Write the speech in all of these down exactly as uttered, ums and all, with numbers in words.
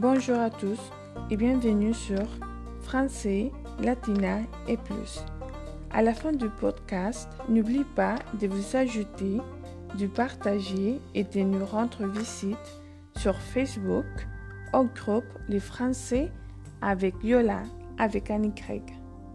Bonjour à tous et bienvenue sur Français, Latina et plus. À la fin du podcast, n'oublie pas de vous ajouter, de partager et de nous rendre visite sur Facebook au groupe Les Français avec Yola avec un Y.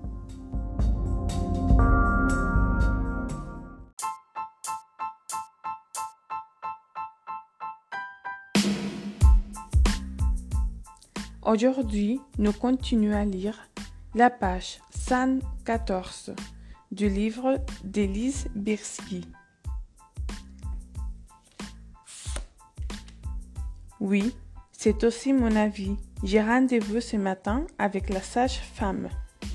Aujourd'hui, nous continuons à lire la page cent quatorze du livre d'Élise Birsky. Oui, c'est aussi mon avis. J'ai rendez-vous ce matin avec la sage-femme.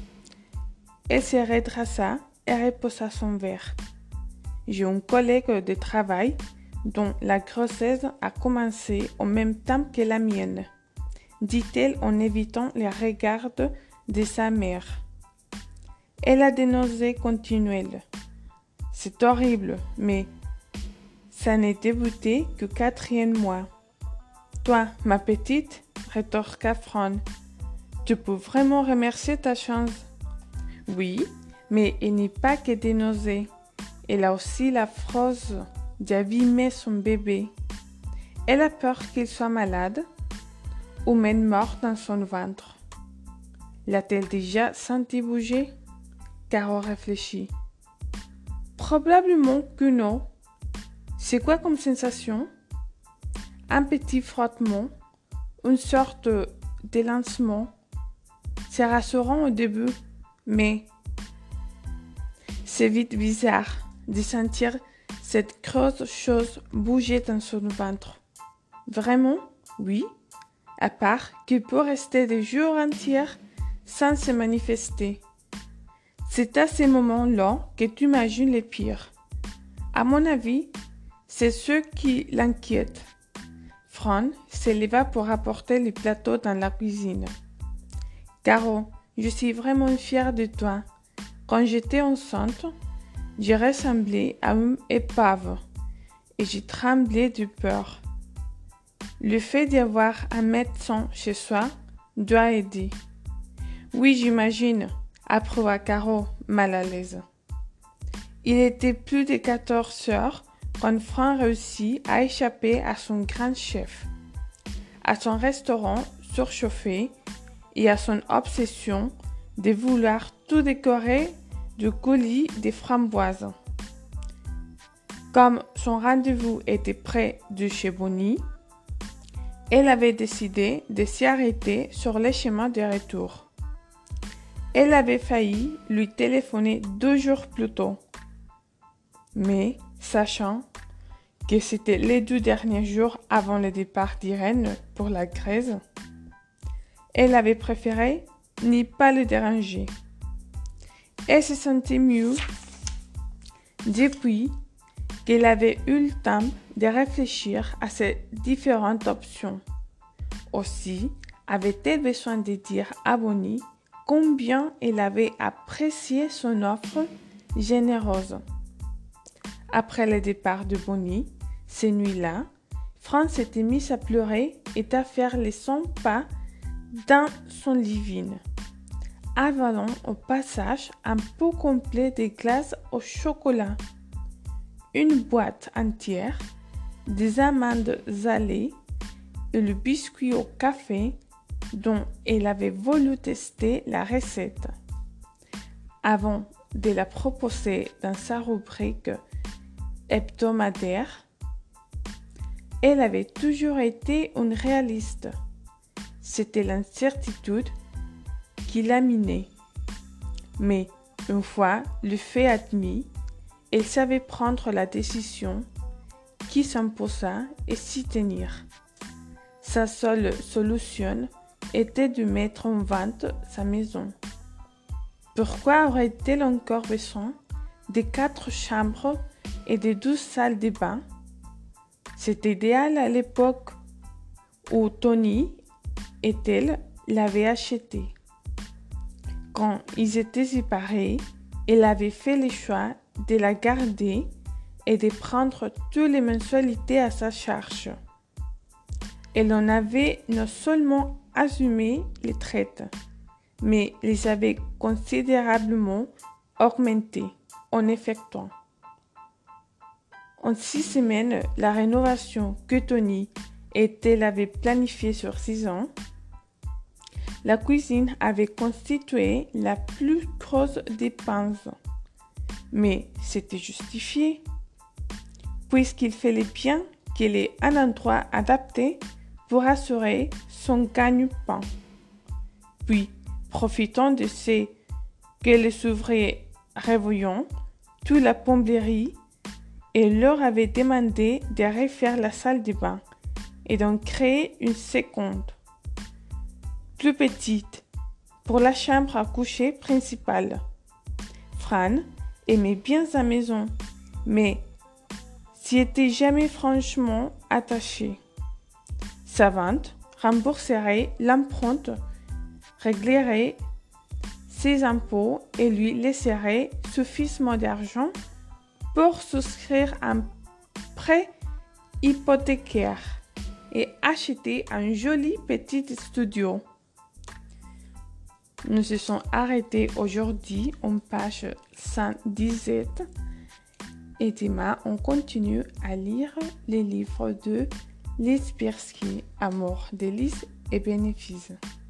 Elle se redressa et reposa son verre. J'ai un collègue de travail dont la grossesse a commencé au même temps que la mienne, dit-elle en évitant les regards de sa mère. Elle a des nausées continuelles. C'est horrible, mais ça n'est débuté que quatrième mois. Toi, ma petite, rétorqua Fran, tu peux vraiment remercier ta chance. Oui, mais il n'y a pas que des nausées. Elle a aussi la fraude d'abîmer son bébé. Elle a peur qu'il soit malade ou même mort dans son ventre. L'a-t-elle déjà senti bouger? Caro réfléchit. Probablement que non. C'est quoi comme sensation? Un petit frottement, une sorte d'élancement. C'est rassurant au début, mais c'est vite bizarre de sentir cette grosse chose bouger dans son ventre. Vraiment? Oui. À part qu'il peut rester des jours entiers sans se manifester. C'est à ces moments-là que tu imagines les pires. À mon avis, c'est ce qui l'inquiète. Fran se leva pour apporter les plateaux dans la cuisine. Caro, je suis vraiment fière de toi. Quand j'étais enceinte, je ressemblais à une épave et j'ai tremblé de peur. Le fait d'avoir un médecin chez soi doit aider. Oui, j'imagine, approuva Caro, mal à l'aise. Il était plus de quatorze heures quand Fran réussit à échapper à son grand chef, à son restaurant surchauffé et à son obsession de vouloir tout décorer de coulis de framboises. Comme son rendez-vous était près de chez Bonnie, elle avait décidé de s'y arrêter sur le chemin de retour. Elle avait failli lui téléphoner deux jours plus tôt. Mais, sachant que c'était les deux derniers jours avant le départ d'Irène pour la Grèce, elle avait préféré n'y pas le déranger. Elle se sentait mieux depuis qu'elle avait eu le temps de réfléchir à ces différentes options. Aussi, avait-elle besoin de dire à Bonnie combien elle avait apprécié son offre généreuse. Après le départ de Bonnie, ces nuits-là, Fran s'était mise à pleurer et à faire les cent pas dans son living, avalant au passage un pot complet de glace au chocolat, une boîte entière, des amandes salées et le biscuit au café dont elle avait voulu tester la recette avant de la proposer dans sa rubrique hebdomadaire. Elle avait toujours été une réaliste. C'était l'incertitude qui la minait. Mais une fois le fait admis, elle savait prendre la décision qui s'imposa et s'y tenir. Sa seule solution était de mettre en vente sa maison. Pourquoi aurait-elle encore besoin de quatre chambres et de douze salles de bain? C'était idéal à l'époque où Tony et elle l'avaient acheté. Quand ils étaient séparés, elle avait fait le choix de la garder et de prendre toutes les mensualités à sa charge. Elle en avait non seulement assumé les traites, mais les avait considérablement augmentées en effectuant. En six semaines, la rénovation que Tony et elle avaient planifiée sur six ans, la cuisine avait constitué la plus grosse dépense. Mais c'était justifié, puisqu'il fallait bien qu'il ait un endroit adapté pour assurer son gagne-pain. Puis, profitant de ce que les ouvriers revoyant toute la plomberie, il leur avait demandé de refaire la salle de bain et d'en créer une seconde, plus petite, pour la chambre à coucher principale. Fran aimait bien sa maison, mais s'y était jamais franchement attaché. Sa vente rembourserait l'empreinte, réglerait ses impôts et lui laisserait suffisamment d'argent pour souscrire un prêt hypothécaire et acheter un joli petit studio. Nous se sommes arrêtés aujourd'hui en page cent dix-sept et demain on continue à lire les livres de Lise Birsky, Amour, délices et bénéfices.